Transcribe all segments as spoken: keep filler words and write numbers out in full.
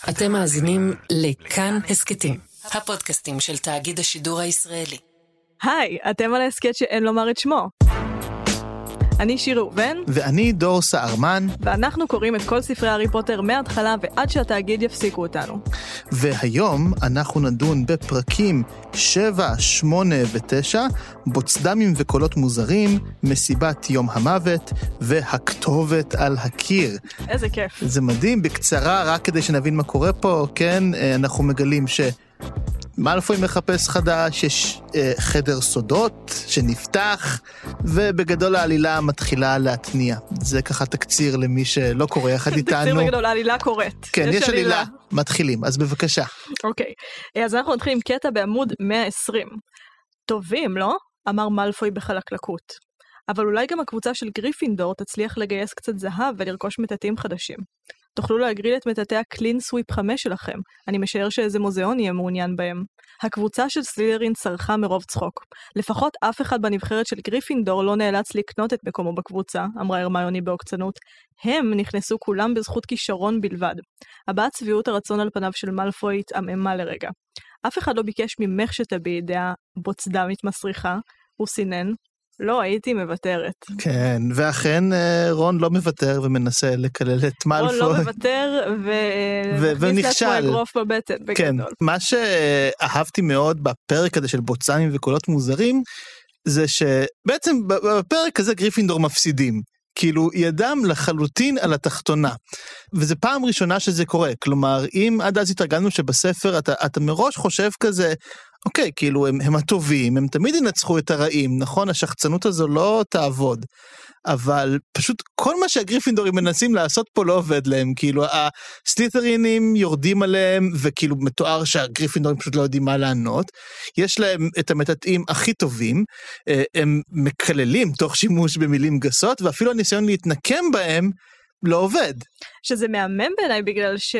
אתם מאזינים לכאן הסקטים, הפודקאסטים של תאגיד השידור הישראלי. היי, אתם על ההסקט שאין לומר את שמו. אני שיר ראובן. ואני דור סערמן. ואנחנו קוראים את כל ספרי הארי פוטר מההתחלה ועד שהתאגיד יפסיקו אותנו. והיום אנחנו נדון בפרקים שבע, שמונה ותשע, בוצדמים וקולות מוזרים, מסיבת יום המוות והכתובת על הקיר. איזה כיף. זה מדהים, בקצרה, רק כדי שנבין מה קורה פה, כן, אנחנו מגלים ש... מאלפוי מחפש חדש, יש אה, חדר סודות שנפתח, ובגדול העלילה מתחילה להתניע. זה ככה תקציר למי שלא קורא יחד איתנו. תקציר בגדול, העלילה קורית. כן, יש, יש עלילה. עלילה. מתחילים, אז בבקשה. אוקיי, אז אנחנו נתחילים עם קטע בעמוד מאה ועשרים. טובים, לא? אמר מאלפוי בחלקלקות. אבל אולי גם הקבוצה של גריפינדור תצליח לגייס קצת זהב ולרכוש מטאטים חדשים. תוכלו להגריל את מטאטי הקלין סוויפ חמש שלכם. אני משער שאיזה מוזיאון יהיה מעוניין בהם. הקבוצה של סלית'רין צרחה מרוב צחוק. לפחות אף אחד בנבחרת של גריפינדור לא נאלץ לקנות את מקומו בקבוצה, אמרה הרמיוני בעוקצנות. הם נכנסו כולם בזכות כישרון בלבד. הבעת צביעות הרצון על פניו של מאלפוי התעממה לרגע. אף אחד לא ביקש ממך שתביעי דעה בוצדמית מסריחה. הוא סינן. לא, הייתי מבטרת. כן, ואכן רון לא מבטר ומנסה לקלל את מאלפוי. רון לא מבטר ומכניס לעצמו אגרוף בבטן. כן, מה שאהבתי מאוד בפרק הזה של בוצדמים וקולות מוזרים, זה שבעצם בפרק הזה גריפינדור מפסידים. כאילו ידם לחלוטין על התחתונה, וזה פעם ראשונה שזה קורה, כלומר אם עד אז התרגלנו שבספר אתה, אתה מראש חושב כזה, אוקיי, כאילו הם, הם הטובים, הם תמיד ינצחו את הרעים, נכון? השחצנות הזו לא תעבוד, אבל פשוט כל מה שהגריפינדורים מנסים לעשות פה לא עובד להם, כאילו הסלית'רינים יורדים עליהם, וכאילו מתואר שהגריפינדורים פשוט לא יודעים מה לענות, יש להם את המטאטאים הכי טובים, הם מקללים תוך שימוש במילים גסות, ואפילו הניסיון להתנקם בהם לא עובד. שזה מהמם בעיניי בגלל ש...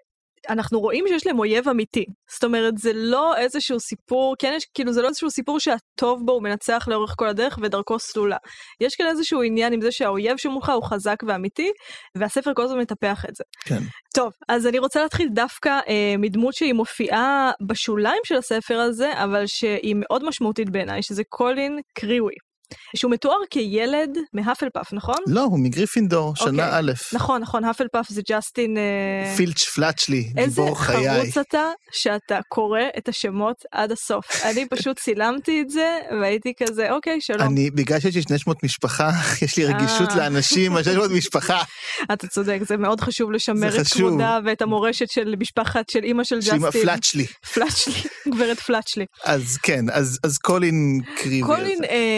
אנחנו רואים שיש להם אויב אמיתי. זאת אומרת, זה לא איזשהו סיפור, כן, יש, כאילו, זה לא איזשהו סיפור שהטוב בו הוא מנצח לאורך כל הדרך ודרכו סלולה. יש כאן איזשהו עניין עם זה שהאויב שמולך הוא חזק ואמיתי, והספר כל הזמן מטפח את זה. כן. טוב, אז אני רוצה להתחיל דווקא אה, מדמות שהיא מופיעה בשוליים של הספר הזה, אבל שהיא מאוד משמעותית בעיניי, שזה קולין קריווי. שהוא מתואר כילד מהפלפאף, נכון? לא, הוא מגריפינדור, שנה okay. א'. נכון, נכון, הפלפאף זה ג'סטין... פילץ' פלאצ'לי, גיבור חיי. איזה חרוץ אתה שאתה קורא את השמות עד הסוף. אני פשוט צילמתי את זה, והייתי כזה, אוקיי, שלום. אני, בגלל שיש לי שני שמות משפחה, יש לי רגישות לאנשים, שני שמות משפחה. אתה צודק, זה מאוד חשוב לשמר את כבודה, ואת המורשת של משפחת, של אמא של ג'סטין. פלאצ'לי. פלאצ'לי, גברת פלאצ'לי. אז כן, אז, אז קולין קריווי. קולין,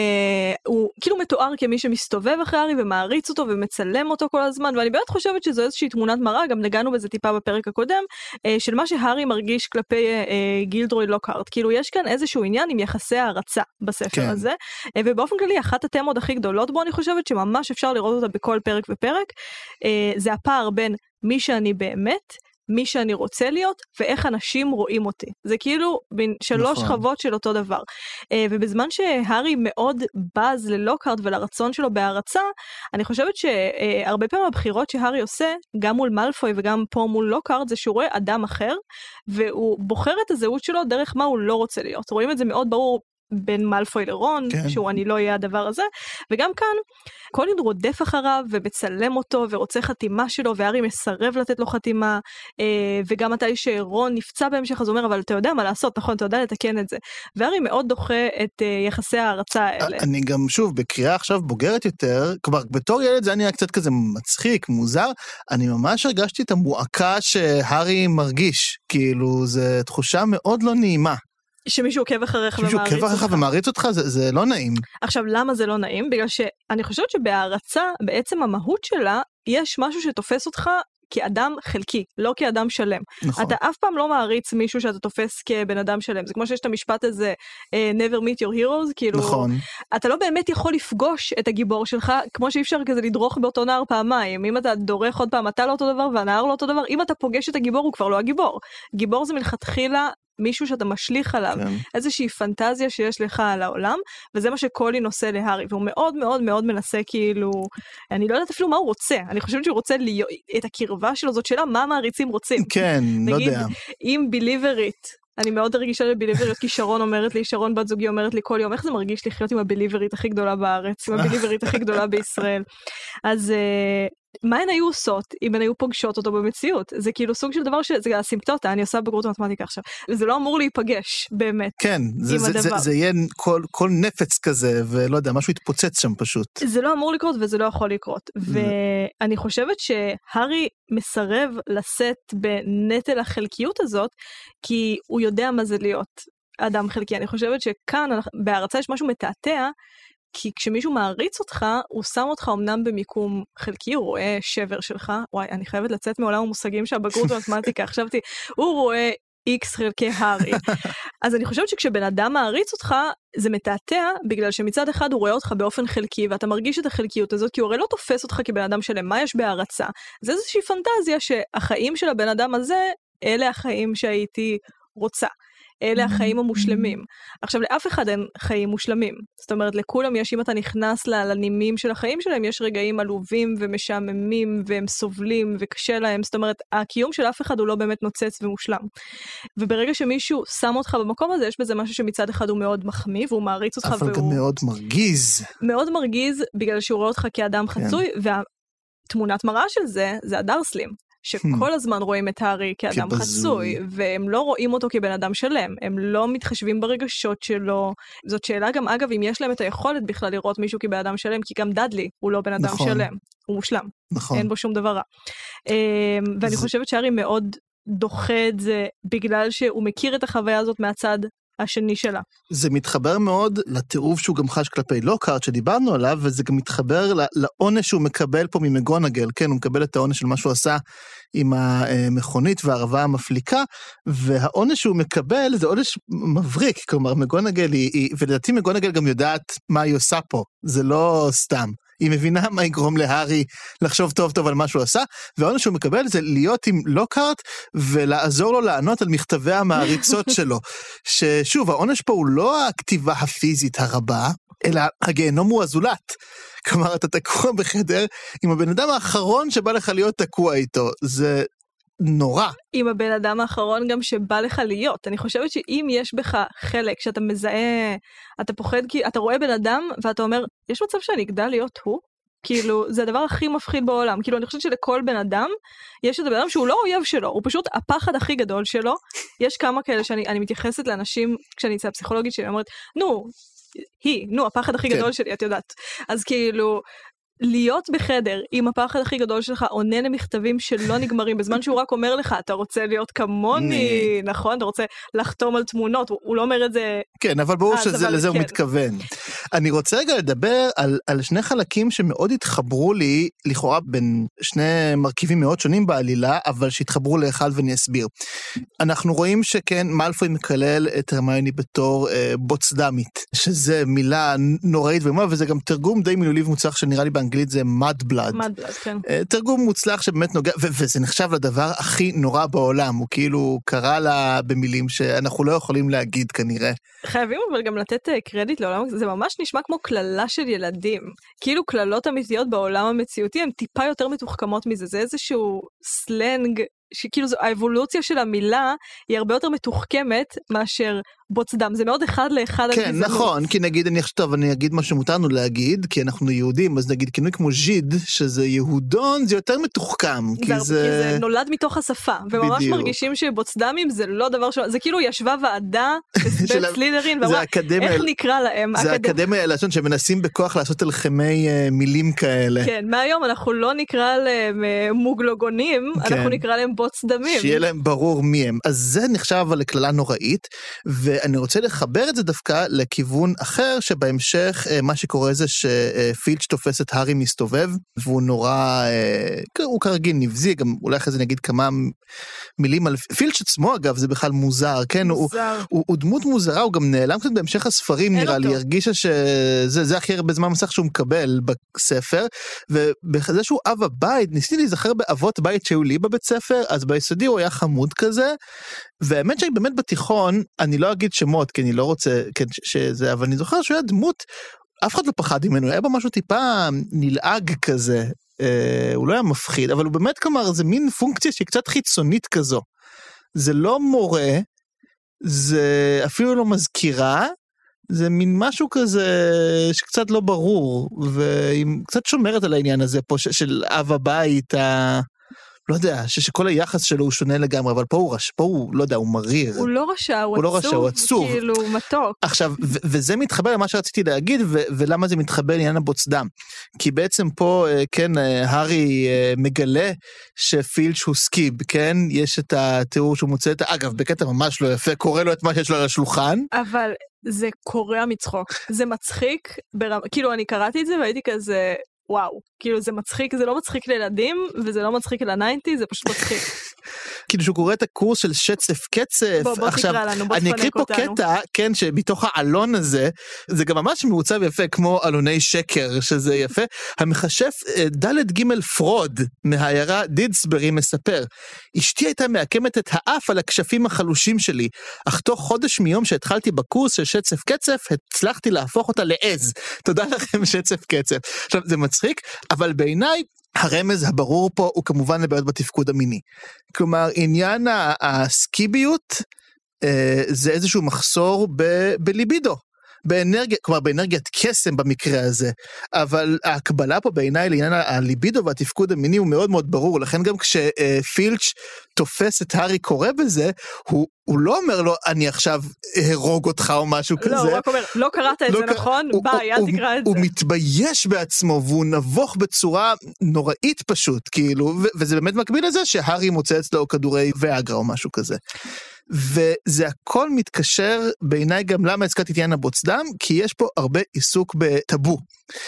הוא כאילו מתואר כמי שמסתובב אחרי הארי ומעריץ אותו ומצלם אותו כל הזמן, ואני באמת חושבת שזו איזושהי תמונת מראה, גם נגענו בזה טיפה בפרק הקודם, של מה שהארי מרגיש כלפי גילדרוי לוקהרט. כאילו יש כאן איזשהו עניין עם יחסי הערצה בספר כן. הזה, ובאופן כללי אחת התמות הכי גדולות בו אני חושבת שממש אפשר לראות אותה בכל פרק ופרק, זה הפער בין מי שאני באמת, מי שאני רוצה להיות, ואיך אנשים רואים אותי. זה כאילו בין שלוש נכון. חוות של אותו דבר. ובזמן שהארי מאוד בז ללוקהרט ולרצון שלו בהערצה, אני חושבת שהרבה פעמים הבחירות שהארי עושה, גם מול מאלפוי וגם פה מול לוקהרט, זה שהוא רואה אדם אחר, והוא בוחר את הזהות שלו דרך מה הוא לא רוצה להיות. רואים את זה מאוד ברור בין מאלפוי לרון, כן. שהוא אני לא אהיה הדבר הזה, וגם כאן קולין רודף אחריו ומצלם אותו ורוצה חתימה שלו, והארי מסרב לתת לו חתימה, וגם מתי שרון נפצע בהמשך אז הוא אומר, אבל אתה יודע מה לעשות, נכון, אתה יודע לתקן את זה, והארי מאוד דוחה את יחסי ההערצה האלה. אני גם שוב בקריאה עכשיו בוגרת יותר, כבר בתור ילד זה היה קצת כזה מצחיק, מוזר, אני ממש הרגשתי את המועקה שהארי מרגיש, כאילו זה תחושה מאוד לא נעימה. שמישהו עוקב אחריך ומעריץ אותך. מישהו עוקב אחריך ומעריץ אותך, זה, זה לא נעים. עכשיו, למה זה לא נעים? בגלל שאני חושבת שבהערצה, בעצם המהות שלה, יש משהו שתופס אותך כאדם חלקי, לא כאדם שלם. נכון. אתה אף פעם לא מעריץ מישהו שאתה תופס כבן אדם שלם. זה כמו שיש את המשפט הזה, uh, never meet your heroes, כאילו, נכון. אתה לא באמת יכול לפגוש את הגיבור שלך, כמו שאי אפשר כזה לדרוך באותו נער פעמיים. אם אתה דורך עוד פעם, אתה לא אותו דבר והנער לא אותו דבר, אם אתה פוגש את הגיבור, הוא כבר לא הגיבור. גיבור זה מלכתחילה מישהו שאתה משליך עליו, כן. איזושהי פנטזיה שיש לך על העולם, וזה מה שקולין עושה להארי, והוא מאוד מאוד מאוד מנסה כאילו, אני לא יודעת אפילו מה הוא רוצה, אני חושבת שהוא רוצה להיות, את הקרבה שלו, זאת שאלה מה המעריצים רוצים. כן, לא יודע. נגיד, אם ביליברית, אני מאוד רגישה לביליברית, כי שרון אומרת לי, שרון בת זוגי אומרת לי כל יום, איך זה מרגיש לחיות עם הביליברית הכי גדולה בארץ, עם הביליברית הכי גדולה בישראל. אז מה הן היו עושות אם הן היו פוגשות אותו במציאות? זה כאילו סוג של דבר שזה הסימפטוטה, אני עושה בגרות מתמטיקה עכשיו, וזה לא אמור להיפגש באמת. כן, זה, זה, זה, זה יהיה כל, כל נפץ כזה, ולא יודע, משהו יתפוצץ שם פשוט. זה לא אמור לקרות וזה לא יכול לקרות. ואני חושבת שהארי מסרב לשאת בנטל החלקיות הזאת, כי הוא יודע מה זה להיות אדם חלקי. אני חושבת שכאן, בהרצאה יש משהו מתעתע, כי כשמישהו מעריץ אותך, הוא שם אותך אמנם במיקום חלקי, הוא רואה שבר שלך, וואי, אני חייבת לצאת מעולם המושגים שהבגרות במתמטיקה, חשבתי, הוא רואה X חלקי הארי. אז אני חושבת שכשבן אדם מעריץ אותך, זה מתעתע, בגלל שמצד אחד הוא רואה אותך באופן חלקי, ואתה מרגיש את החלקיות הזאת, כי הוא הרי לא תופס אותך כבן אדם שלם, מה יש בהערצה? זה איזושהי פנטזיה שהחיים של הבן אדם הזה, אלה החיים שהייתי רוצה. אלה החיים המושלמים. עכשיו, לאף אחד אין חיים מושלמים. זאת אומרת, לכולם יש, אם אתה נכנס לנימים של החיים שלהם, יש רגעים עלובים ומשעממים, והם סובלים וקשה להם. זאת אומרת, הקיום של אף אחד הוא לא באמת נוצץ ומושלם. וברגע שמישהו שם אותך במקום הזה, יש בזה משהו שמצד אחד הוא מאוד מחמיא, והוא מעריץ אותך, אבל גם מאוד מרגיז. מאוד מרגיז, בגלל שהוא רואה אותך כאדם חצוי, והתמונת מראה של זה, זה הדרסלים. שכל הזמן רואים את הארי כאדם חצוי, והם לא רואים אותו כבן אדם שלם, הם לא מתחשבים ברגשות שלו. זאת שאלה גם, אגב, אם יש להם את היכולת בכלל לראות מישהו כבן אדם שלם, כי גם דאדלי הוא לא בן אדם נכון. שלם, הוא מושלם, נכון. אין בו שום דבר רע. ואני זה... חושבת שהארי מאוד דוחה את זה, בגלל שהוא מכיר את החוויה הזאת מהצד השני שלה. זה מתחבר מאוד לתיעוב שהוא גם חש כלפי לוקהרט שדיברנו עליו, וזה גם מתחבר לעונש שהוא מקבל פה ממגונגל, כן, הוא מקבל את העונש של מה שהוא עשה עם המכונית והערבה המפליקה, והעונש שהוא מקבל זה עונש מבריק, כלומר מגונגל היא, היא ולדעתי מגונגל גם יודעת מה היא עושה פה, זה לא סתם. היא מבינה מה יגרום להארי לחשוב טוב טוב על מה שהוא עשה, והעונש שהוא מקבל זה להיות עם לוקהרט ולעזור לו לענות על מכתבי המעריצות שלו. ששוב, העונש פה הוא לא הכתיבה הפיזית הרבה, אלא הגיהנום הוא הזולת. כלומר, אתה תקוע בחדר עם הבן אדם האחרון שבא לך להיות תקוע איתו. זה נורא. עם הבן אדם האחרון גם שבא לך להיות. אני חושבת שאם יש בך חלק שאתה מזהה, אתה פוחד כי אתה רואה בן אדם ואתה אומר, יש מצב שאני אגדל להיות הוא? כאילו, זה הדבר הכי מפחיד בעולם. כאילו, אני חושבת שלכל בן אדם, יש את הבן אדם שהוא לא אויב שלו, הוא פשוט הפחד הכי גדול שלו. יש כמה כאלה שאני אני מתייחסת לאנשים, כשאני אצא הפסיכולוגית שלי, אני אומרת, נו, היא, נו, הפחד הכי גדול שלי, את יודעת. אז כאילו, להיות בחדר עם הפחד הכי גדול שלך, עונה למכתבים שלא נגמרים, בזמן שהוא רק אומר לך, אתה רוצה להיות כמוני, נכון? אתה רוצה לחתום על תמונות, הוא לא אומר את זה... כן, אבל ברור שלזה הוא מתכוון. אני רוצה רגע לדבר על שני חלקים שמאוד התחברו לי, לכאורה בין שני מרכיבים מאוד שונים בעלילה, אבל שהתחברו לאחד ואני אסביר. אנחנו רואים שכן, מאלפוי מקלל את הרמיוני בתור בוצדמית, שזה מילה נוראית ומה, וזה גם תרגום די מילולי ומוצלח שנראה לי באנגלית זה mud blood. mud blood, כן. תרגום מוצלח שבאמת נוגע, וזה נחשב לדבר הכי נורא בעולם, הוא כאילו קרא לה במילים שאנחנו לא יכולים להגיד כנראה. חייבים אבל גם לתת קרדיט לעולם, זה ממש נשמע כמו כללה של ילדים. כאילו כללות אמיתיות בעולם המציאותי, הן טיפה יותר מתוחכמות מזה, זה איזשהו סלנג, שכאילו זו, האבולוציה של המילה היא הרבה יותר מתוחכמת מאשר בוץ דם, זה מאוד אחד לאחד. כן, נכון, כי נגיד, אני חושב, אני אגיד מה שמותרנו להגיד, כי אנחנו יהודים, אז נגיד כינוי כמו ז'יד, שזה יהודון, זה יותר מתוחכם. כי זה, זה... כי זה נולד מתוך השפה, וממש בדיוק. מרגישים שבוץ דמים זה לא דבר ש... זה כאילו ישבה ועדה, בית סלידרין, ואמרה, איך נקרא להם? זה האקדמיה הלשון, שמנסים בכוח לעשות אלחמי uh, מילים כאלה. כן, מהיום אנחנו לא נקרא להם uh, מוגלוגונים, כן. אנחנו נקרא להם בוץ דמים. שיהיה להם ברור מי הם. אז זה נחשב אבל לכללה נוראית, ואני רוצה לחבר את זה דווקא לכיוון אחר, שבהמשך מה שקורה זה שפילץ' תופס את הארי מסתובב, והוא נורא, הוא כרגיל נבזי, גם אולי אחרי זה נגיד כמה מילים על פילץ' עצמו, אגב, זה בכלל מוזר, כן? מוזר. הוא, הוא, הוא דמות מוזרה, הוא גם נעלם קצת בהמשך הספרים, נראה אותו. לי, הרגישה שזה זה הכי הרבה זמן מסך שהוא מקבל בספר, ובזה שהוא אב הבית, ניסיתי להיזכר באבות בית שהיו לי בבית ספר, אז ביסודי הוא היה חמוד כזה, והאמת שאני באמת בתיכון, אני לא אגיד שמות, כי אני לא רוצה, כן, שזה, אבל אני זוכר שהוא היה דמות, אף אחד לא פחד ממנו, היה בו משהו טיפה נלעג כזה, אה, הוא לא היה מפחיד, אבל הוא באמת, כלומר, זה מין פונקציה שהיא קצת חיצונית כזו, זה לא מורה, זה אפילו לא מזכירה, זה מין משהו כזה שקצת לא ברור, והיא קצת שומרת על העניין הזה פה של אב הבית, ה... לא יודע, שכל היחס שלו הוא שונה לגמרי, אבל פה הוא רש, פה הוא, לא יודע, הוא מריר. הוא לא רשע, הוא, הוא לא רשע, הוא עצוב. כאילו מתוק. עכשיו, ו- וזה מתחבר למה שרציתי להגיד, ו- ולמה זה מתחבר לעניין הבוצדם. כי בעצם פה, כן, הארי מגלה שפילץ' הוא סקיב, כן? יש את התיאור שהוא מוצא את, אגב, בקטע ממש לא יפה, קורא לו את מה שיש לו על השולחן. אבל זה קורע מצחוק. זה מצחיק, ברמ... כאילו אני קראתי את זה והייתי כזה... וואו, כאילו זה מצחיק, זה לא מצחיק לילדים, וזה לא מצחיק לניינטי, זה פשוט מצחיק. כאילו שהוא קורא את הקורס של שצף קצף. בוא, בוא עכשיו, תקרא לנו, בוא אני אקריא תפנק פה אותנו. קטע, כן, שמתוך העלון הזה, זה גם ממש מעוצב יפה, כמו עלוני שקר, שזה יפה. המחשף ד' ג' פרוד, מהעיירה דידסברי מספר, אשתי הייתה מעקמת את האף על הכשפים החלושים שלי, אך תוך חודש מיום שהתחלתי בקורס של שצף קצף, הצלחתי להפוך אותה לעז. תודה לכם שצף קצף. עכשיו, זה מצחיק, אבל בעיניי, הרמז הברור פה הוא כמובן לבעיות בתפקוד המיני. כלומר, עניין הסקיביות אה, זה איזשהו מחסור ב- בליבידו, באנרגיה, כלומר באנרגיית קסם במקרה הזה, אבל ההקבלה פה בעיניי לעניין הליבידו והתפקוד המיני הוא מאוד מאוד ברור, לכן גם כשפילץ' תופס את הארי קורא בזה, הוא, הוא לא אומר לו אני עכשיו הרוג אותך או משהו לא, כזה. לא, הוא רק אומר, לא קראת את לא זה ק... נכון, הוא, ביי, הוא, אל תקרא את הוא זה. הוא מתבייש בעצמו, והוא נבוך בצורה נוראית פשוט, כאילו, ו- וזה באמת מקביל לזה שהארי מוצא אצלו כדורי ואגרה או משהו כזה. וזה הכל מתקשר בעיניי גם למה הזכרתי את עניין הבוצדם, כי יש פה הרבה עיסוק בטאבו,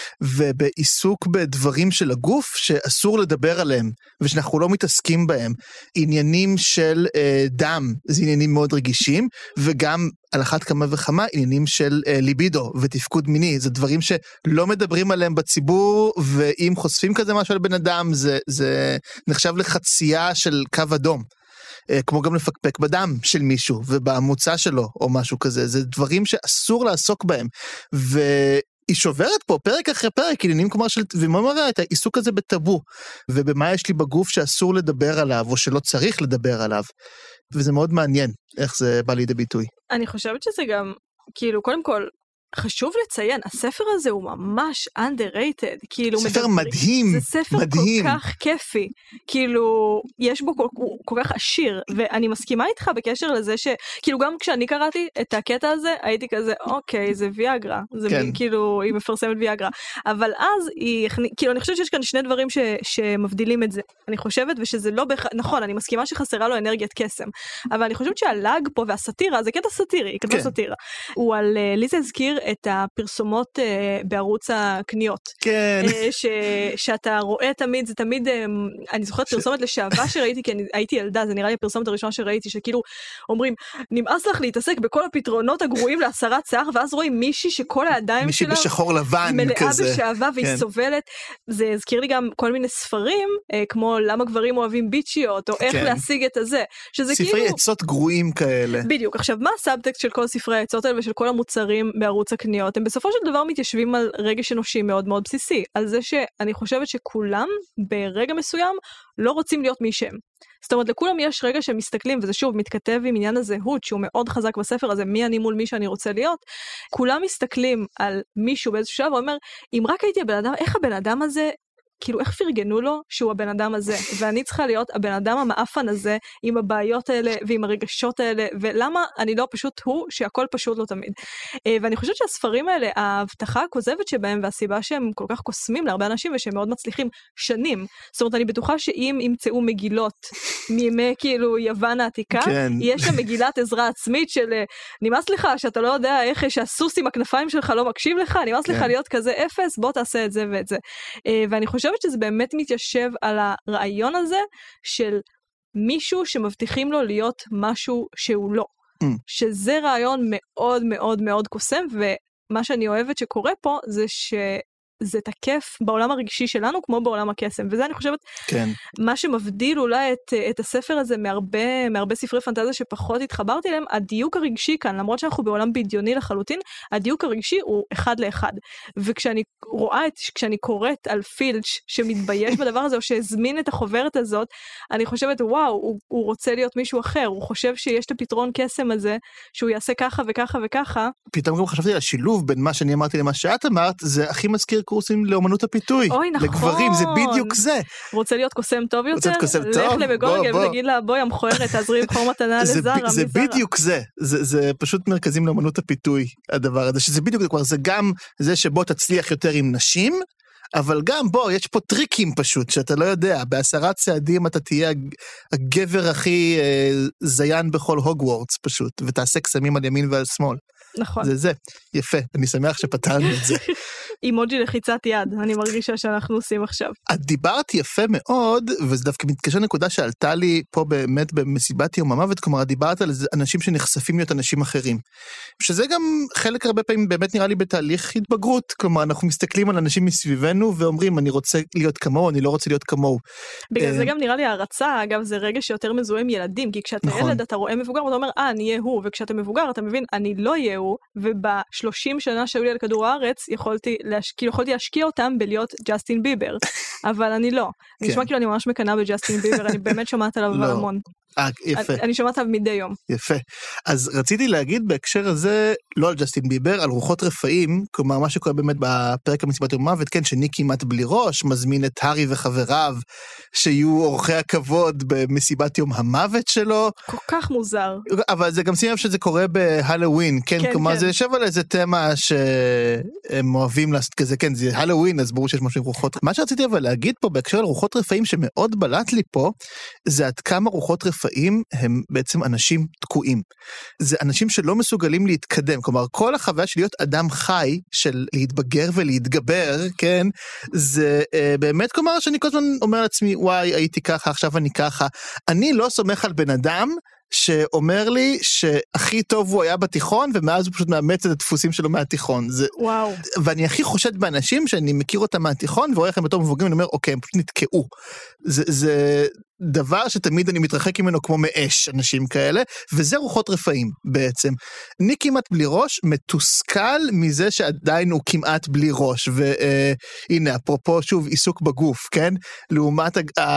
ובעיסוק בדברים של הגוף שאסור לדבר עליהם, ושאנחנו לא מתעסקים בהם. עניינים של אה, דם, זה עניינים מאוד רגישים, וגם על אחת כמה וכמה עניינים של אה, ליבידו ותפקוד מיני, זה דברים שלא מדברים עליהם בציבור, ואם חושפים כזה משהו על בן אדם, זה, זה נחשב לחצייה של קו אדום. כמו גם לפקפק בדם של מישהו ובמוצא שלו או משהו כזה, זה דברים שאסור לעסוק בהם, והיא שוברת פה פרק אחרי פרק, עניינים כלומר של, ומה מראה את העיסוק הזה בטאבו, ובמה יש לי בגוף שאסור לדבר עליו או שלא צריך לדבר עליו, וזה מאוד מעניין איך זה בא לידי ביטוי. אני חושבת שזה גם, כאילו, קודם כל, חשוב לציין, הספר הזה הוא ממש underrated, כאילו, ספר מדברים, מדהים, זה ספר מדהים. כל כך כיפי, כאילו, יש בו כל, כל כך עשיר, ואני מסכימה איתך בקשר לזה ש, כאילו, גם כשאני קראתי את הקטע הזה, הייתי כזה, אוקיי, זה ויאגרה, זה כן. מי, כאילו, היא מפרסמת ויאגרה, אבל אז היא, כאילו, אני חושבת שיש כאן שני דברים ש, שמבדילים את זה, אני חושבת, ושזה לא בכ... נכון, אני מסכימה שחסרה לו אנרגיית קסם, אבל אני חושבת שהלאג פה והסאטירה, זה קטע סאטירי, היא כתבה כן. סאטירה, הוא על, לי זה הזכיר את הפרסומות uh, בערוץ הקניות. כן. Uh, ש, שאתה רואה תמיד, זה תמיד, uh, אני זוכרת פרסומת לשעבה שראיתי, כי אני הייתי ילדה, זה נראה לי הפרסומת הראשונה שראיתי, שכאילו אומרים, נמאס לך להתעסק בכל הפתרונות הגרועים להסרת שיער, ואז רואים מישהי שכל הידיים מישהי שלה בשחור לבן מלאה כזה. בשעבה והיא כן. סובלת. זה הזכיר לי גם כל מיני ספרים, uh, כמו למה גברים אוהבים ביצ'יות, או איך כן. להשיג את הזה. שזה ספרי כאילו... עצות גרועים כאלה. בדיוק. עכשיו, מה הסאבטקסט של כל ספרי העצות האלה ושל כל המוצרים בערוץ הקניות? הם בסופו של דבר מתיישבים על רגש אנושי מאוד מאוד בסיסי, על זה שאני חושבת שכולם ברגע מסוים לא רוצים להיות מי שהם. זאת אומרת, לכולם יש רגע שהם מסתכלים, וזה שוב מתכתב עם עניין הזהות, שהוא מאוד חזק בספר הזה, מי אני מול מי שאני רוצה להיות, כולם מסתכלים על מישהו באיזשהו שלב, ואומר, אם רק הייתי הבן אדם, איך הבן אדם הזה, כאילו איך פרגנו לו שהוא הבן אדם הזה, ואני צריכה להיות הבן אדם המאפן הזה, עם הבעיות האלה ועם הרגשות האלה, ולמה אני לא פשוט הוא, שהכל פשוט לא תמיד. ואני חושבת שהספרים האלה, ההבטחה הכוזבת שבהם, והסיבה שהם כל כך קוסמים להרבה אנשים, ושהם מאוד מצליחים שנים, זאת אומרת, אני בטוחה שאם ימצאו מגילות, מימי כאילו יוון העתיקה, כן. יש שם מגילת עזרה עצמית של, נמאס לך שאתה לא יודע איך שהסוס עם הכנפיים שלך לא מקשיב לך, נמאס כן. לך להיות כזה אפס, בוא תעשה את זה ואת זה. ואני חושבת שזה באמת מתיישב על הרעיון הזה של מישהו שמבטיחים לו להיות משהו שהוא לא. Mm. שזה רעיון מאוד מאוד מאוד קוסם, ומה שאני אוהבת שקורה פה זה זה תקף בעולם הרגשי שלנו כמו בעולם הקסם, וזה אני חושבת כן. מה שמבדיל אולי את, את הספר הזה מהרבה, מהרבה ספרי פנטזיה שפחות התחברתי להם, הדיוק הרגשי כאן, למרות שאנחנו בעולם בדיוני לחלוטין, הדיוק הרגשי הוא אחד לאחד, וכשאני רואה את, כשאני קוראת על פילץ' שמתבייש בדבר הזה, או שהזמין את החוברת הזאת, אני חושבת, וואו, הוא, הוא רוצה להיות מישהו אחר, הוא חושב שיש את הפתרון קסם הזה, שהוא יעשה ככה וככה וככה. פתאום גם חשבתי על השילוב בין מה שאני אמרתי למה שאת אמרת, זה הכי מזכיר קורסים לאמנות הפיתוי. אוי, נכון. לגברים, זה בדיוק זה. רוצה להיות קוסם טוב יותר? קוסם טוב? לך לבגוגל ותגיד לה, בואי המכוערת, תעזרי לבחור מתנה לזרה. זה בדיוק זה. זה, זה פשוט מרכזים לאמנות הפיתוי, הדבר הזה, שזה בדיוק זה כבר, זה גם זה שבו תצליח יותר עם נשים, אבל גם בוא, יש פה טריקים פשוט, שאתה לא יודע, בעשרה צעדים אתה תהיה הגבר הכי אה, זיין בכל הוגוורטס פשוט, ותעשה קסמים על ימין ועל שמאל. נכון. זה זה, יפה, אני שמח שפתרנו את זה. אימוג'י לחיצת יד, אני מרגישה שאנחנו עושים עכשיו. את דיברת יפה מאוד, וזה דווקא מתקשר נקודה שעלתה לי פה באמת במסיבת יום המוות, כלומר, דיברת על אנשים שנחשפים להיות אנשים אחרים. שזה גם חלק הרבה פעמים באמת נראה לי בתהליך התבגרות, כלומר, אנחנו מסתכלים על אנשים מסביבנו ואומרים, אני רוצה להיות כמוהו, אני לא רוצה להיות כמוהו. בגלל זה גם נראה לי הערצה, אגב, זה רגע שיותר מזוהה עם ילדים, כי כשאתה ילד אתה רואה מבוגר, ואתה אומר, אה, אני אהיה הוא, וכשאתה מבוגר, אתה מבין, אני לא אהיה הוא, וב-שלושים שנה שהיו לי על כדור הארץ, יכולתי להשקיע, יכולתי להשקיע אותם בלהיות ג'סטין ביבר, אבל אני לא. אני נשמע כאילו אני ממש מקנה בג'סטין ביבר, אני באמת שומעת עליו המון. אה, יפה. אני שומעת עליו מדי יום. יפה. אז רציתי להגיד בהקשר הזה, לא על ג'סטין ביבר, על רוחות רפאים, כלומר מה שקורה באמת בפרק המסיבת יום המוות, כן, שניק כמעט בלי ראש, מזמין את הארי וחבריו, שיהיו אורחי הכבוד במסיבת יום המוות שלו. כל כך מוזר. אבל זה גם שים לב שזה קורה בהלווין, כן, כן כלומר כן. זה יושב על איזה תמה שהם אוהבים לעשות כזה, כן, זה הלווין, אז ברור שיש משהו עם רוחות. מה שרציתי אבל להגיד פה, בהקשר על רוחות רפאים שמאוד בלט לי פה, זה עד כמה רוחות רפאים הם בעצם אנשים תקועים. זה אנשים שלא מסוגלים להתקדם, כלומר כל החוויה של להיות אדם חי, של להתבגר ולהתגבר, כן, זה אה, באמת כלומר שאני כל הזמן אומר לעצמי, וואי, הייתי ככה, עכשיו אני ככה. אני לא סומך על בן אדם שאומר לי שהכי טוב הוא היה בתיכון, ומאז הוא פשוט מאמץ את הדפוסים שלו מהתיכון. זה, וואו. ואני הכי חושד באנשים שאני מכיר אותם מהתיכון, ורואה לכם בתור מבוגרים, אני אומר, אוקיי, הם פשוט נתקעו. זה, זה דבר שתמיד אני מתרחק ממנו כמו מאש, אנשים כאלה, וזה רוחות רפאים בעצם. ניק כמעט בלי ראש, מתוסכל מזה שעדיין הוא כמעט בלי ראש, והנה, אפרופו שוב עיסוק בגוף, כן? לעומת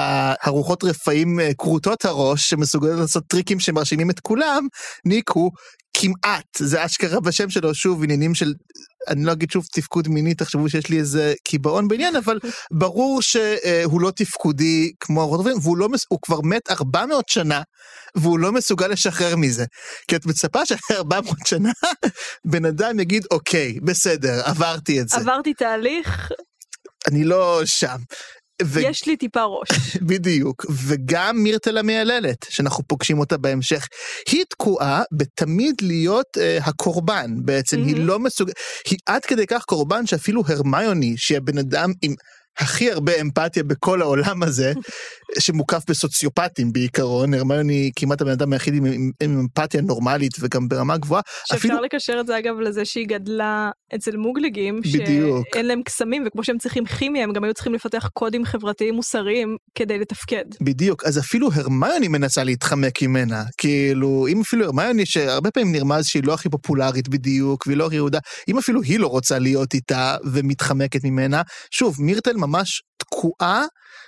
הרוחות רפאים קרוטות הראש, שמסוגלות לעשות טריקים שמרשימים את כולם, ניק הוא כמעט, זה אשכרה בשם שלו, שוב, עניינים של, אני לא אגיד שוב תפקוד מיני, תחשבו שיש לי איזה קיבעון בעניין, אבל ברור שהוא לא תפקודי כמו הרוחות רפאים, והוא לא, הוא כבר מת ארבע מאות שנה, והוא לא מסוגל לשחרר מזה. כי את מצפה שאחרי ארבע מאות שנה, בן אדם יגיד, אוקיי, בסדר, עברתי את זה. עברתי תהליך. אני לא שם. ו... יש לי טיפה ראש. בדיוק, וגם מירטל המייללת, שאנחנו פוגשים אותה בהמשך, היא תקועה בתמיד להיות uh, הקורבן, בעצם mm-hmm. היא לא מסוגלת, היא עד כדי כך קורבן שאפילו הרמיוני, שהיא הבן אדם עם הכי הרבה אמפתיה בכל העולם הזה, שמוקף בסוציופטים בעיקרון, הרמיוני כמעט הבן אדם היחיד עם, עם, עם אמפתיה נורמלית וגם ברמה גבוהה. שאפשר אפילו... לקשר את זה אגב לזה שהיא גדלה אצל מוגלגים, בדיוק. שאין להם קסמים, וכמו שהם צריכים כימיה, הם גם היו צריכים לפתח קודים חברתיים מוסריים כדי לתפקד. בדיוק, אז אפילו הרמיוני מנסה להתחמק ממנה, כאילו, אם אפילו הרמיוני שהרבה פעמים נרמז שהיא לא הכי פופולרית בדיוק, והיא לא הכי יהודה, אם אפילו היא לא רוצה להיות איתה ומתחמקת ממנה, שוב, מירטל ממש תקועה,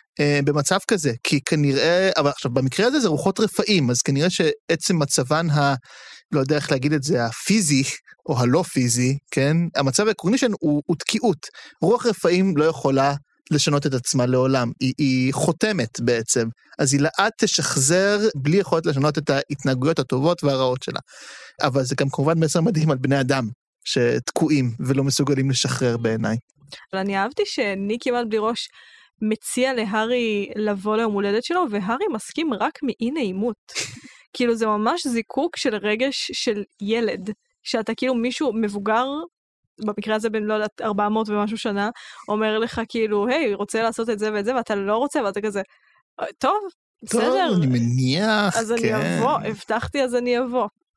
במצב כזה, כי כנראה, אבל עכשיו במקרה הזה זה רוחות רפאים, אז כנראה שעצם מצבן ה, לא יודע איך להגיד את זה, הפיזי או הלא פיזי, כן, המצב העקרוני שלנו הוא, הוא תקיעות, רוח רפאים לא יכולה לשנות את עצמה לעולם, היא, היא חותמת בעצם, אז היא לאט תשחזר בלי יכולת לשנות את ההתנהגויות הטובות והרעות שלה, אבל זה גם כמובן מסר מדהים על בני אדם, שתקועים ולא מסוגלים לשחרר בעיניי. אבל אני אהבתי שניק כמעט בלי ראש מציע להרי לבוא ליום הולדת שלו, והרי מסכים רק מאי נעימות. כאילו זה ממש זיקוק של רגש של ילד, שאתה כאילו מישהו מבוגר, במקרה הזה בין לא יודעת ארבע מאות ומשהו שנה, אומר לך כאילו, היי, רוצה לעשות את זה ואת זה, ואתה לא רוצה, ואתה כזה, טוב, בסדר. טוב, אני מניח, אז כן. אני אבוא, הבטחתי אז אני אבוא.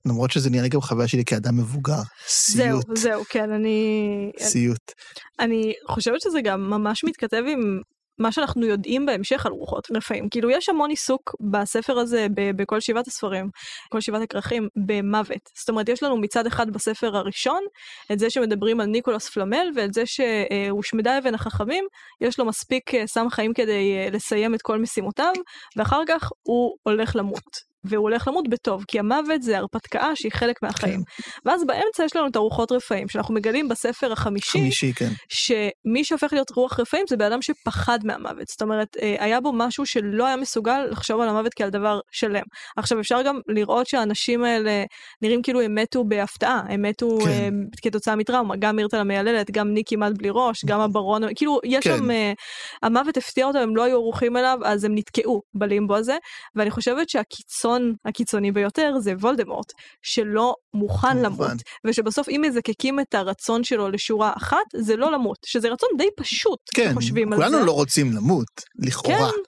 למרות שזה נראה גם חוויה שלי כאדם מבוגר. סיוט. זהו, זהו, כן, אני... סיוט. אני חושבת שזה גם ממש מתכתב עם מה שאנחנו יודעים בהמשך על רוחות רפאים. כאילו, יש המון עיסוק בספר הזה, ב- בכל שבעת הספרים, כל שבעת הכרכים, במוות. זאת אומרת, יש לנו מצד אחד בספר הראשון, את זה שמדברים על ניקולס פלמל, ואת זה שהושמדה אבן החכמים, יש לו מספיק סם חיים כדי לסיים את כל משימותיו, ואחר כך הוא הולך למות. והוא הולך למות בטוב, כי המוות זה הרפתקה שהיא חלק מהחיים. ואז באמצע יש לנו את הרוחות רפאים, שאנחנו מגלים בספר החמישי, חמישי, כן. שמי שהופך להיות רוח רפאים זה באדם שפחד מהמוות. זאת אומרת, היה בו משהו שלא היה מסוגל לחשוב על המוות כעל דבר שלם. עכשיו אפשר גם לראות שהאנשים האלה נראים כאילו הם מתו בהפתעה, הם מתו כן. כתוצאה מטראומה, גם מירטל המייללת, גם ניק כמעט בלי ראש, גם הברון, כאילו יש כן. שם, המוות הפתיע אותם, הם לא היו ערוכים אליו, אז הם נתקעו בלימבו הזה, ואני חושבת שהקיצון הקיצוני ביותר זה וולדמורט, שלא מוכן למות, ושבסוף אם מזקקים את הרצון שלו לשורה אחת, זה לא למות, שזה רצון די פשוט, כן, חושבים על זה. כולנו לא רוצים למות, לכאורה. כן.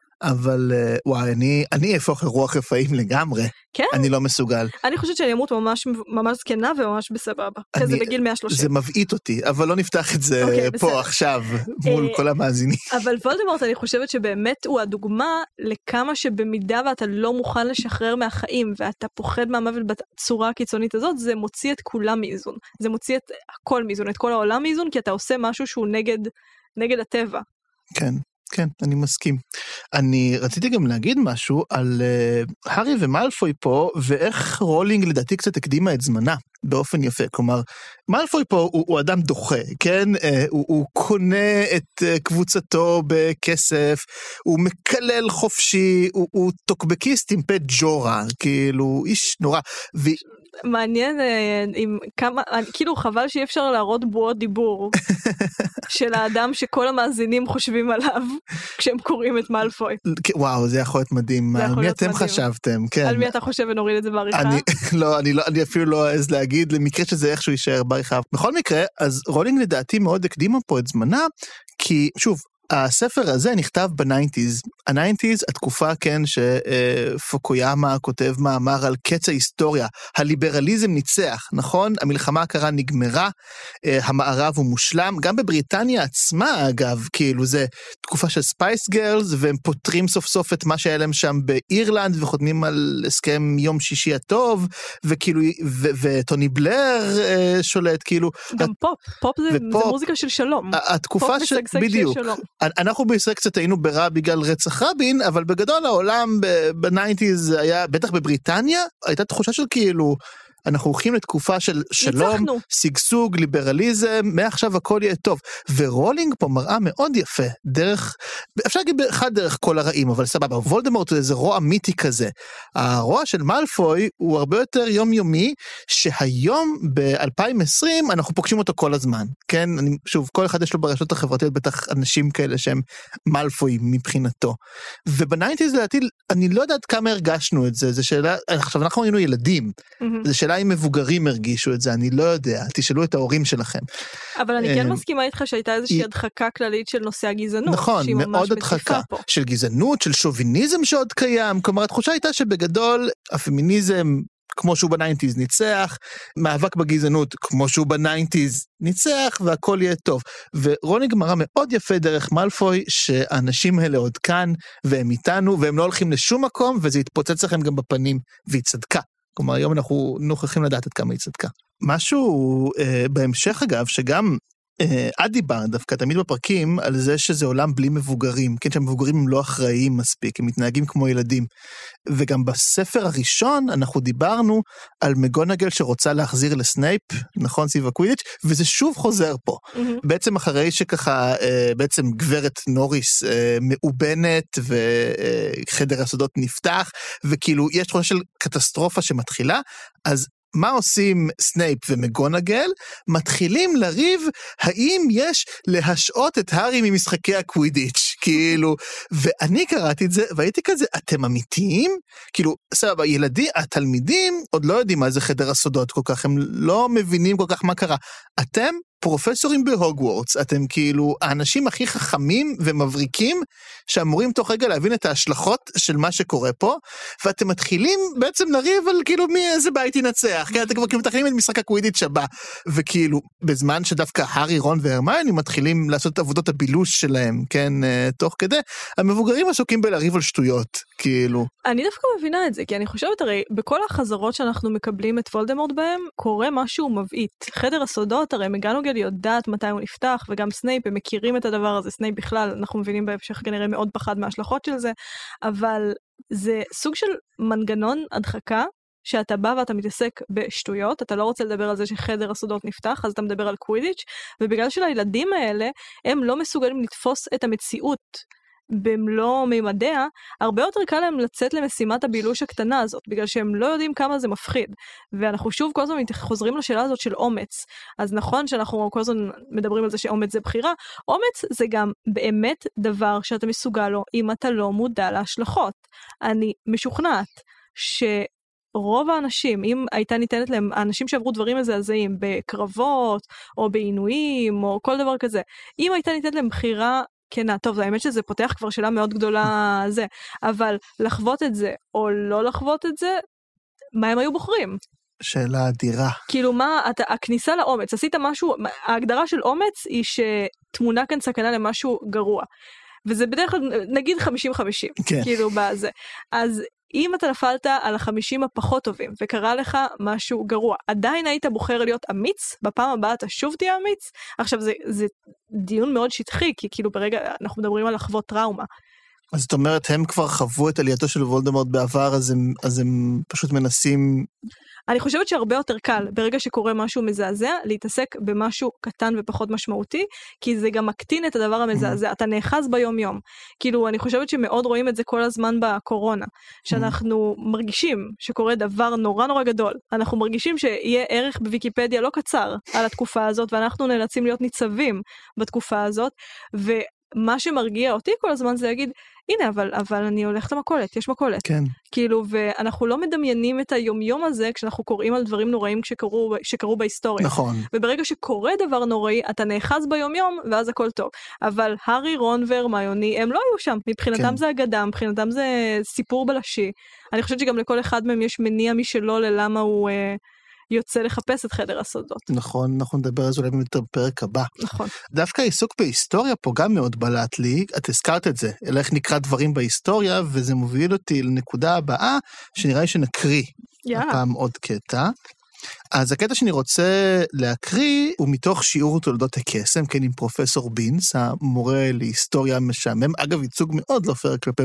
אבל וואי, אני, אני אפוך רוח רפאים לגמרי. כן? אני לא מסוגל. אני חושבת שאני אמות ממש, ממש זקנה וממש בסבבה. אני, כזה בגיל מאה ושלושים. זה מבעית אותי, אבל לא נפתח את זה okay, פה בסדר. עכשיו, מול כל המאזינים. אבל וולדמורט, אני חושבת שבאמת הוא הדוגמה לכמה שבמידה ואתה לא מוכן לשחרר מהחיים, ואתה פוחד מהמוות בצורה הקיצונית הזאת, זה מוציא את כולם מאיזון. זה מוציא את הכל מאיזון, את כל העולם מאיזון, כי אתה עושה משהו שהוא נגד, נגד הטבע. כן. כן, אני מסכים. אני רציתי גם להגיד משהו על uh, הארי ומאלפוי פה, ואיך רולינג לדעתי קצת הקדימה את זמנה, באופן יפה. כלומר, מאלפוי פה הוא, הוא אדם דוחה, כן? Uh, הוא, הוא קונה את uh, קבוצתו בכסף, הוא מקלל חופשי, הוא, הוא טוקבקיסט עם פה ג'ורה, כאילו, איש נורא. ו... מעניין עם כמה, כאילו חבל שאי אפשר להראות בועות דיבור של האדם שכל המאזינים חושבים עליו כשהם קוראים את מאלפוי. וואו, זה יכול להיות מדהים. על מי אתם חשבתם? על מי אתה חושב ונוריד את זה בעריכה? לא, אני אפילו לא אעז להגיד, למקרה שזה איכשהו יישאר בעריכה. בכל מקרה, אז רולינג לדעתי מאוד הקדימה פה את זמנה, כי שוב, הספר הזה נכתב בניינטיז, הניינטיז, התקופה כן שפוקויאמה כותב מאמר על קץ ההיסטוריה, הליברליזם ניצח, נכון? המלחמה הקרה נגמרה, המערב הוא מושלם, גם בבריטניה עצמה אגב, כאילו זה תקופה של ספייס גרלס, והם פותרים סוף סוף את מה שהיה להם שם באירלנד, וחותמים על הסכם יום שישי הטוב, וכאילו, ו- ו- בלר שולט, כאילו. גם פופ, פופ זה, ופופ, זה מוזיקה של שלום. התקופה פופ של, בדיוק. של שלום. אנחנו בישראל קצת היינו ברע בגלל רצח רבין, אבל בגדול העולם בניינטיז היה, בטח בבריטניה, הייתה תחושה של כאילו, אנחנו הולכים לתקופה של שלום, סגסוג, ליברליזם, מעכשיו הכל יהיה טוב. ורולינג פה מראה מאוד יפה, דרך, אפשר להגיד אחד דרך כל הרעים, אבל סבבה, וולדמורט זה איזה רוע מיתי כזה. הרוע של מאלפוי הוא הרבה יותר יומיומי, שהיום ב-אלפיים ועשרים אנחנו פוגשים אותו כל הזמן. כן, אני, שוב, כל אחד יש לו ברשתות החברתיות בטח אנשים כאלה שהם מאלפוי מבחינתו. ובניינטיז לדעתי, אני לא יודעת כמה הרגשנו את זה, זה שאלה, עכשיו אנחנו היינו ילדים, mm-hmm. זה שאלה אם מבוגרים הרגישו את זה, אני לא יודע, תשאלו את ההורים שלכם. אבל אני כן מסכימה איתך שהייתה איזושהי הדחקה כללית של נושא הגזענות. נכון, מאוד הדחקה. של גזענות, של שוביניזם שעוד קיים, כלומר התחושה הייתה שבגדול הפמיניזם כמו שהוא בניינטיז ניצח, מאבק בגזענות כמו שהוא בניינטיז ניצח, והכל יהיה טוב. ורולינג מראה מאוד יפה דרך מאלפוי, שהאנשים האלה עוד כאן, והם איתנו, והם לא הולכים לשום מקום, וזה יתפוצץ לכם גם בפנים, והיא צדקה. כלומר, היום אנחנו נוכחים לדעת עד כמה היא צדקה. משהו אה, בהמשך אגב, שגם אה, את דיברת דווקא תמיד בפרקים, על זה שזה עולם בלי מבוגרים, כן, שהמבוגרים הם לא אחראיים מספיק, הם מתנהגים כמו ילדים. וגם בספר הראשון אנחנו דיברנו על מגונגל שרוצה להחזיר לסנייפ, נכון, סביב הקווידיץ', וזה שוב חוזר פה. Mm-hmm. בעצם אחרי שככה, אה, בעצם גברת נוריס אה, מאובנת, וחדר אה, הסודות נפתח, וכאילו יש תחושה של קטסטרופה שמתחילה, אז מה עושים סנייפ ומגונגל? מתחילים לריב האם יש להשעות את הארי ממשחקי הקווידיץ', כאילו, ואני קראתי את זה, והייתי כזה, אתם אמיתיים? כאילו, סבבה, ילדים, התלמידים עוד לא יודעים מה זה חדר הסודות כל כך, הם לא מבינים כל כך מה קרה. אתם פרופסורים בהוגוורטס, אתם כאילו האנשים הכי חכמים ומבריקים, שאמורים תוך רגע להבין את ההשלכות של מה שקורה פה, ואתם מתחילים בעצם לריב על כאילו מי איזה בית ינצח, כי אתם כבר כאילו מתחילים את משחק הקווידיץ' הבא, וכאילו בזמן שדווקא הארי, רון והרמיוני מתחילים לעשות את עבודות הבילוש שלהם, כן, תוך כדי, המבוגרים עסוקים בלריב על שטויות, כאילו. אני דווקא מבינה את זה, כי אני חושבת הרי בכל החזרות שאנחנו מקבלים את וולדמורט בהם, קורה משהו מבעית. חדר הסודות, הרי מגונגל יודעת מתי הוא נפתח, וגם סנייפ, הם מכירים את הדבר הזה, סנייפ בכלל, אנחנו מבינים בהמשך כנראה מאוד פחד מההשלכות של זה, אבל זה סוג של מנגנון הדחקה, שאתה בא ואתה מתעסק בשטויות, אתה לא רוצה לדבר על זה שחדר הסודות נפתח, אז אתה מדבר על קווידיץ', ובגלל שלילדים האלה, הם לא מסוגלים לתפוס את המציאות במלוא מימדיה, הרבה יותר קל להם לצאת למשימת הבילוש הקטנה הזאת, בגלל שהם לא יודעים כמה זה מפחיד. ואנחנו שוב כל הזמן חוזרים לשאלה הזאת של אומץ. אז נכון שאנחנו כל הזמן מדברים על זה שאומץ זה בחירה, אומץ זה גם באמת דבר שאתה מסוגל לו, אם אתה לא מודע להשלכות. אני משוכנעת ש... רוב האנשים, אם הייתה ניתנת להם, האנשים שעברו דברים מזעזעים בקרבות, או בעינויים, או כל דבר כזה, אם הייתה ניתנת להם בחירה, כן, טוב, האמת שזה פותח כבר שאלה מאוד גדולה זה, אבל לחוות את זה, או לא לחוות את זה, מה הם היו בוחרים? שאלה אדירה. כאילו מה, אתה, הכניסה לאומץ, עשית משהו, ההגדרה של אומץ היא שתמונה כאן סכנה למשהו גרוע. וזה בדרך כלל, נגיד חמישים חמישים, כן. כאילו בזה. אז אם אתה נפלת על החמישים הפחות טובים, וקרה לך משהו גרוע, עדיין היית בוחר להיות אמיץ, בפעם הבאה אתה שוב תהיה אמיץ, עכשיו זה, זה דיון מאוד שטחי, כי כאילו ברגע, אנחנו מדברים על לחוות טראומה. אז זאת אומרת, הם כבר חוו את עלייתו של וולדמורט בעבר, אז הם, אז הם פשוט מנסים... אני חושבת שהרבה יותר קל, ברגע שקורה משהו מזעזע, להתעסק במשהו קטן ופחות משמעותי, כי זה גם מקטין את הדבר המזעזע, אתה נאחז ביום יום. כאילו, אני חושבת שמאוד רואים את זה כל הזמן בקורונה, שאנחנו מרגישים שקורה דבר נורא נורא גדול, אנחנו מרגישים שיהיה ערך בוויקיפדיה לא קצר על התקופה הזאת, ואנחנו נאלצים להיות ניצבים בתקופה הזאת, ו... מה שמרגיע אותי כל הזמן זה להגיד, הנה, אבל, אבל אני הולכת למקולת, יש מקולת. כן. כאילו, ואנחנו לא מדמיינים את היומיום הזה, כשאנחנו קוראים על דברים נוראים שקרו, שקרו בהיסטוריה. נכון. וברגע שקורה דבר נוראי, אתה נאחז ביומיום, ואז הכל טוב. אבל הארי, רון והרמיוני, הם לא היו שם. מבחינתם כן. זה אגדה, מבחינתם זה סיפור בלשי. אני חושבת שגם לכל אחד מהם יש מניע משלו ללמה הוא... אה, יוצא לחפש את חדר הסודות. נכון, אנחנו נדבר על זה אולי יותר בפרק הבא. נכון. דווקא העיסוק בהיסטוריה פה גם מאוד בלט לי, את הזכרת את זה, אלא איך נקרא דברים בהיסטוריה, וזה מוביל אותי לנקודה הבאה, שנראה לי שנקריא הפעם עוד קטע. אז הקטע שאני רוצה להקריא הוא מתוך שיעור תולדות הקסם, כן, עם פרופסור בינס, המורה להיסטוריה משעמם, אגב, ייצוג מאוד לא פייר כלפי,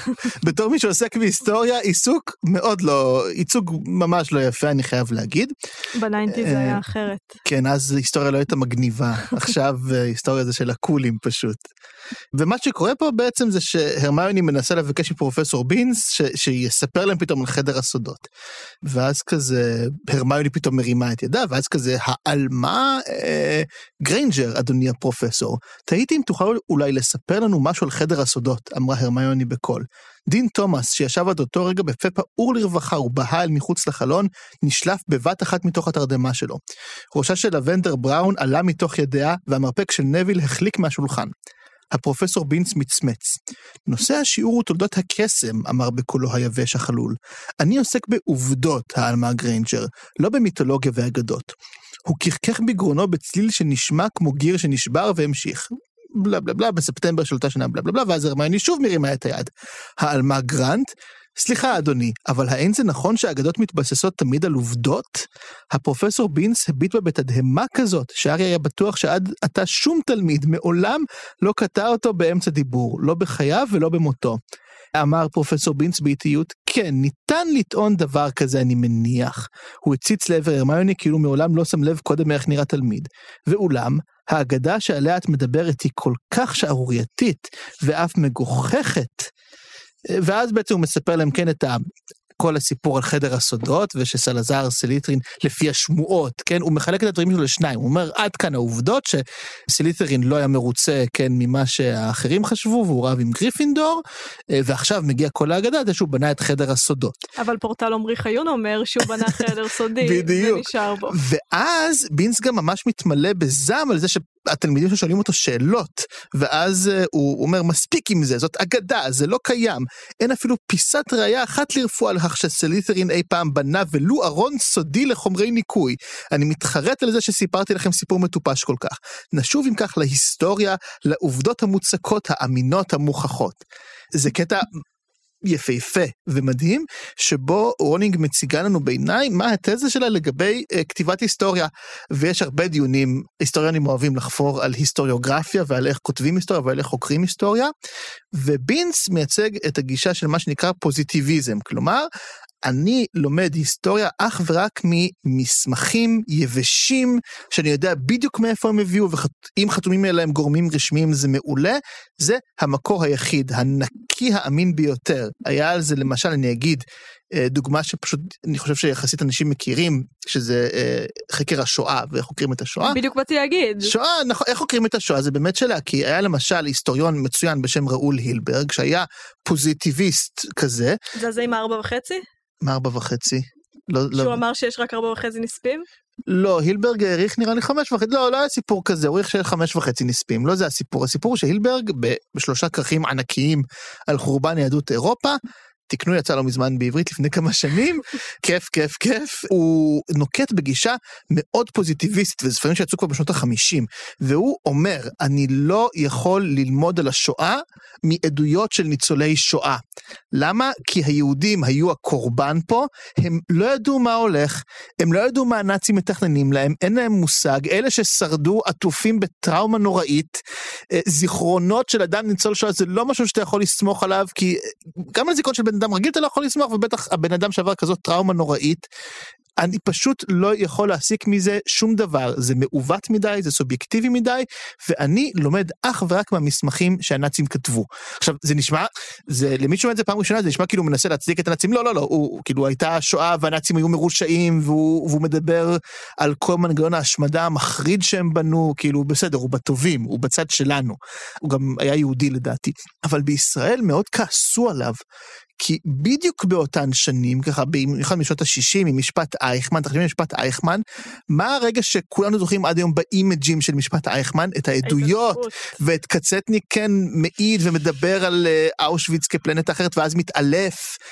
בתור מי שעוסק בהיסטוריה, עיסוק מאוד לא, ייצוג ממש לא יפה, אני חייב להגיד. בניינטי זה היה אחרת. כן, אז היסטוריה לא הייתה מגניבה, עכשיו היסטוריה זה של הקולים פשוט. ומה שקורה פה בעצם זה שהרמיוני מנסה לבקש מפרופסור בינס, ש- שיספר להם פתאום על חדר הסודות. ואז כזה, הרמיוני פתאום מרימה את ידה, ואז כזה, העלמה אה, גריינג'ר, אדוני הפרופסור, תהיתי אם תוכל אולי לספר לנו משהו על חדר הסודות, אמרה הרמיוני בקול. דין תומאס, שישב עד אותו רגע בפה פעור לרווחה ובהה אל מחוץ לחלון, נשלף בבת אחת מתוך התרדמה שלו. ראשה של לבנדר בראון עלה מתוך ידיה, והמרפק של נביל החליק מהשולחן. הפרופסור בינס מצמץ. נושא השיעור הוא תולדות הקסם, אמר בקולו היבש החלול. אני עוסק בעובדות, העלמה גריינג'ר, לא במיתולוגיה ואגדות. הוא קרקח בגרונו בצליל שנשמע כמו גיר שנשבר והמשיך. בלה בלה בלה, בספטמבר של אותה שנה בלה בלה בלה, ואז הרמיוני שוב מרימה את היד. העלמה גרנט, סליחה אדוני, אבל האין זה נכון שהאגדות מתבססות תמיד על עובדות? הפרופסור בינס הביט בה בתדהמה כזאת, שהארי היה בטוח שעד עתה שום תלמיד מעולם לא קטע אותו באמצע דיבור, לא בחייו ולא במותו. אמר פרופסור בינס באיטיות, כן, ניתן לטעון דבר כזה אני מניח. הוא הציץ לעבר הרמיוני כאילו מעולם לא שם לב קודם איך נראה תלמיד. ואולם, האגדה שעליה את מדברת היא כל כך שערורייתית ואף מגוחכת, ואז בעצם הוא מספר להם כן את כל הסיפור על חדר הסודות, ושסלזר סליתרין, לפי השמועות, כן, הוא מחלק את הדברים שלו לשניים, הוא אומר, עד כאן העובדות, שסליתרין לא היה מרוצה, כן, ממה שהאחרים חשבו, והוא רב עם גריפינדור, ועכשיו מגיע כל ההגדה, זה שהוא בנה את חדר הסודות. אבל פורטל עומרי חיון אומר שהוא בנה חדר סודי, בדיוק. ונשאר בו. ואז בינס גם ממש מתמלא בזעם על זה שהתלמידים ששואלים אותו שאלות, ואז הוא אומר, מספיק עם זה, זאת אגדה, זה לא קיים, אין אפילו פיסת ראיה אחת לרפוא על כך שסליתרין אי פעם בנה, ולו ארון סודי לחומרי ניקוי. אני מתחרט על זה שסיפרתי לכם סיפור מטופש כל כך. נשוב אם כך להיסטוריה, לעובדות המוצקות, האמינות, המוכחות. זה קטע יפהפה ומדהים, שבו רולינג מציגה לנו בעיניי מה התזה שלה לגבי uh, כתיבת היסטוריה, ויש הרבה דיונים, היסטוריונים אוהבים לחפור על היסטוריוגרפיה, ועל איך כותבים היסטוריה, ועל איך חוקרים היסטוריה, ובינס מייצג את הגישה של מה שנקרא פוזיטיביזם, כלומר, אני לומד היסטוריה אך ורק ממסמכים יבשים, שאני יודע בדיוק מאיפה הם הביאו, ואם חתומים עליהם גורמים רשמיים זה מעולה, זה המקור היחיד, הנקי האמין ביותר. היה על זה למשל, אני אגיד, דוגמה שפשוט, אני חושב שיחסית אנשים מכירים, שזה חקר השואה, ואיך חוקרים את השואה. בדיוק באתי להגיד. שואה, נכון, איך חוקרים את השואה, זה באמת שאלה, כי היה למשל היסטוריון מצוין בשם ראול הילברג, שהיה פוזיטיביסט כזה. זה זה עם הארבע וחצי? מה ארבע וחצי? לא, שהוא לא... אמר שיש רק ארבע וחצי נספים? לא, הילברג העריך נראה לי חמש וחצי, לא, לא היה סיפור כזה, הוא העריך שיש חמש וחצי נספים, לא זה הסיפור, הסיפור הוא שהילברג בשלושה כרכים ענקיים על חורבן יהדות אירופה, תקנו יצא לו מזמן בעברית לפני כמה שנים, כיף, כיף, כיף, הוא נוקט בגישה מאוד פוזיטיביסטית, וזה ספרים שיצאו כבר בשנות החמישים, והוא אומר, אני לא יכול ללמוד על השואה מעדויות של ניצולי שואה. למה? כי היהודים היו הקורבן פה, הם לא ידעו מה הולך, הם לא ידעו מה הנאצים מתכננים להם, אין להם מושג, אלה ששרדו עטופים בטראומה נוראית, זיכרונות של אדם ניצול שואה, זה לא משהו שאתה יכול לסמוך עליו, כי גם על זיכרון של בן אדם רגיל אתה לא יכול לסמוך, ובטח הבן אדם שעבר כזאת טראומה נוראית, אני פשוט לא יכול להסיק מזה שום דבר, זה מעוות מדי, זה סובייקטיבי מדי, ואני לומד אך ורק מהמסמכים שהנאצים כתבו. עכשיו, זה נשמע, זה, למי שומע את זה פעם ראשונה, זה נשמע כאילו הוא מנסה להצדיק את הנאצים, לא, לא, לא, הוא, כאילו הייתה שואה והנאצים היו מרושעים, והוא, והוא מדבר על כל מנגנון ההשמדה המחריד שהם בנו, כאילו בסדר, הוא בטובים, הוא בצד שלנו, הוא גם היה יהודי לדעתי, אבל בישראל מאוד כעסו עליו, כי בדיוק באותן שנים, ככה, במיוחד משנות ה-שישים, עם משפט אייכמן, תחשבים משפט אייכמן, מה הרגע שכולנו זוכרים עד היום באימג'ים של משפט אייכמן? את העדויות, ואת קצטניק כן מעיד ומדבר על אושוויץ כפלנטה אחרת, ואז מתעלף.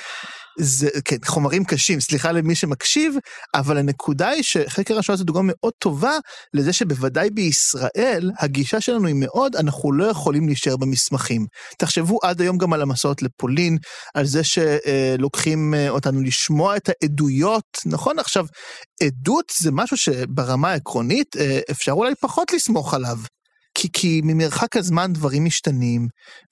זה, כן, חומרים קשים, סליחה למי שמקשיב, אבל הנקודה היא שחקר השואה זו דוגמה מאוד טובה, לזה שבוודאי בישראל, הגישה שלנו היא מאוד, אנחנו לא יכולים להישאר במסמכים. תחשבו עד היום גם על המסעות לפולין, על זה שלוקחים אותנו לשמוע את העדויות, נכון? עכשיו, עדות זה משהו שברמה העקרונית, אפשר אולי פחות לסמוך עליו. כי, כי ממרחק הזמן דברים משתנים,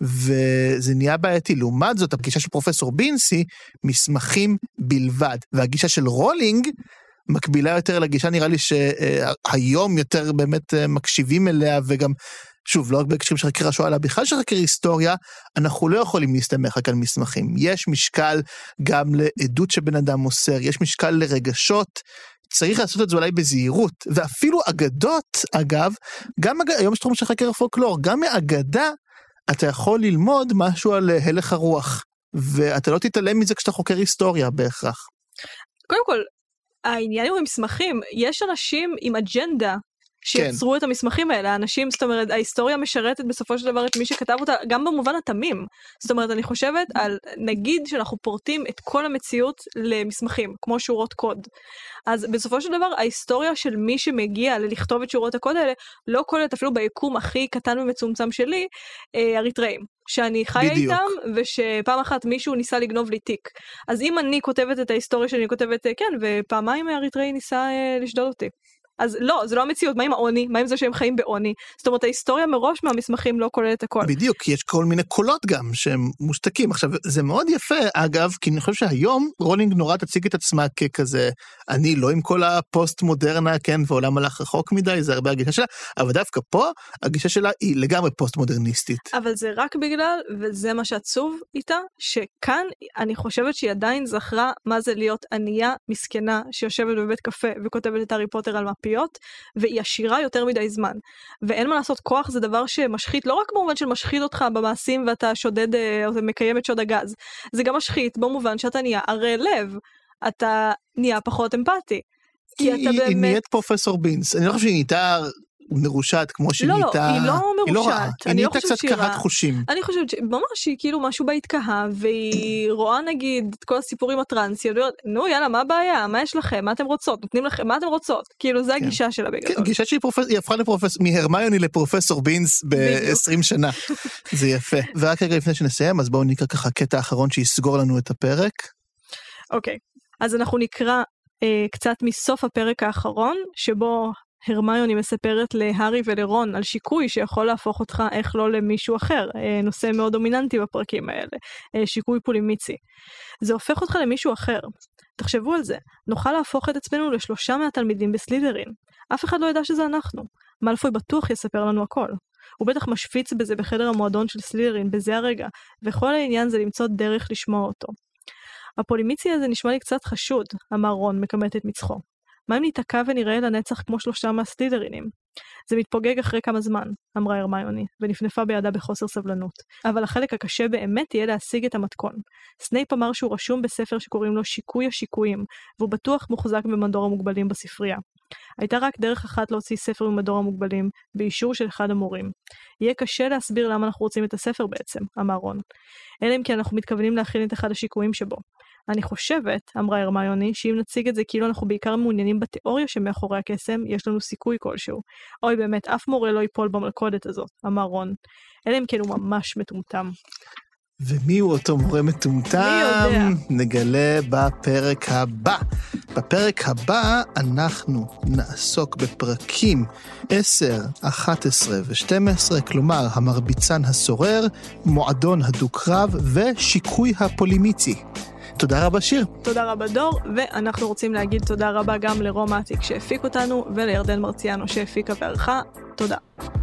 וזה נהיה בעייתי. לעומת זאת, הפגישה של פרופסור בינסי, מסמכים בלבד. והגישה של רולינג, מקבילה יותר לגישה, נראה לי שהיום יותר באמת מקשיבים אליה, וגם, שוב, לא רק בהקשרים של חקר השואה, אלא בכלל של חקר היסטוריה, אנחנו לא יכולים להסתמך רק על מסמכים. יש משקל גם לעדות שבן אדם מוסר, יש משקל לרגשות, צריך לעשות את זה אולי בזהירות, ואפילו אגדות, אגב, גם אג... היום יש תחום של חקר הפולקלור, גם מאגדה אתה יכול ללמוד משהו על הלך הרוח, ואתה לא תתעלם מזה כשאתה חוקר היסטוריה בהכרח. קודם כל, העניין הוא עם מסמכים, יש אנשים עם אג'נדה, שיצרו כן. את המסמכים האלה, האנשים, זאת אומרת, ההיסטוריה משרתת בסופו של דבר את מי שכתב אותה, גם במובן התמים. זאת אומרת, אני חושבת על, נגיד שאנחנו פורטים את כל המציאות למסמכים, כמו שורות קוד. אז בסופו של דבר, ההיסטוריה של מי שמגיע ללכתוב את שורות הקוד האלה, לא כוללת אפילו ביקום הכי קטן ומצומצם שלי, אריתראים. שאני חיה בדיוק. איתם, ושפעם אחת מישהו ניסה לגנוב לי תיק. אז אם אני כותבת את ההיסטוריה שאני כותבת, כן, ופעמיים אריתראי ניסה לשדוד אותי. אז לא, זה לא המציאות, מה עם העוני? מה עם זה שהם חיים בעוני? זאת אומרת, ההיסטוריה מראש מהמסמכים לא כוללת הכל. בדיוק, כי יש כל מיני קולות גם שהם מושתקים. עכשיו, זה מאוד יפה, אגב, כי אני חושב שהיום רולינג נורא תציג את עצמה ככזה, אני לא עם כל הפוסט-מודרנה, כן, ועולם הלך רחוק מדי, זה הרבה הגישה שלה, אבל דווקא פה, הגישה שלה היא לגמרי פוסט-מודרניסטית. אבל זה רק בגלל, וזה מה שעצוב איתה, שכאן אני חושבת שהיא עדיין זכרה מה זה להיות ענייה, מסכנה, שיושבת בבית קפה וכותבת את הארי פוטר על מפיות, והיא עשירה יותר מדי זמן. ואין מה לעשות, כוח זה דבר שמשחית, לא רק במובן של משחית אותך במעשים ואתה שודד, או מקיים את שוד הגז, זה גם משחית במובן שאתה נהיה ערי לב, אתה נהיה פחות אמפתי. כי היא, אתה באמת... היא נהיית פרופסור בינס, אני לא חושב שהיא נהייתה מרושעת כמו שהיא לא, נהייתה... לא, היא לא מרושעת. היא לא רעה, היא נהייתה קצת קהת חושים. אני חושבת שממש היא כאילו משהו בהתקהה, והיא רואה נגיד את כל הסיפורים הטרנסיות, נו יאללה, מה הבעיה? מה יש לכם? מה אתם רוצות? נותנים לכם? מה אתם רוצות? כאילו זה הגישה שלה בגדול. כן, גישה שהיא הפכה לפרופסור, מהרמיוני לפרופסור בינס ב-עשרים שנה. זה יפה. ורק רגע לפני שנסיים, אז בואו נקרא ככה קטע האחרון שיסגור לנו את הפרק. אוקיי, אז אנחנו נקרא אה, קצת מסוף הפרק האחרון, שבו הרמיוני מספרת להארי ולרון על שיקוי שיכול להפוך אותך איך לא למישהו אחר, אה, נושא מאוד דומיננטי בפרקים האלה, אה, שיקוי פולימיצי. זה הופך אותך למישהו אחר. תחשבו על זה, נוכל להפוך את עצמנו לשלושה מהתלמידים בסלידרין. אף אחד לא ידע שזה אנחנו. מאלפוי בטוח יספר לנו הכל. הוא בטח משפיץ בזה בחדר המועדון של סלידרין, בזה הרגע, וכל העניין זה למצוא דרך לשמוע אותו. הפולימיצי הזה נשמע לי קצת חשוד, אמר רון מקמת את מצחו. מה אם ניתקע ונראה לנצח כמו שלושה מהסלידרינים? זה מתפוגג אחרי כמה זמן, אמרה הרמיוני, ונפנפה בידה בחוסר סבלנות. אבל החלק הקשה באמת יהיה להשיג את המתכון. סנייפ אמר שהוא רשום בספר שקוראים לו שיקוי השיקויים, והוא בטוח מוחזק במדור המוגבלים בספרייה. הייתה רק דרך אחת להוציא ספר במדור המוגבלים, באישור של אחד המורים. יהיה קשה להסביר למה אנחנו רוצים את הספר בעצם, אמר רון. אלא אם כי אנחנו מתכוונים להכין את אחד השיקויים שבו. אני חושבת, אמרה הרמיוני, שאם נציג את זה כאילו אנחנו בעיקר מעוניינים בתיאוריה שמאחורי הקסם, יש לנו סיכוי כלשהו. אוי באמת, אף מורה לא ייפול במלכודת הזאת, אמר רון. אלא אם כן הוא ממש מטומטם. ומי הוא אותו מורה מטומטם? נגלה בפרק הבא. בפרק הבא אנחנו נעסוק בפרקים עשר, אחת עשרה ו-שתים עשרה, כלומר המרביצן הסורר, מועדון הדו-קרב ושיקוי הפולימיצי. תודה רבה שיר. תודה רבה דור, ואנחנו רוצים להגיד תודה רבה גם לרום עתיק שהפיק אותנו, ולירדן מרציאנו שהפיקה וערכה. תודה.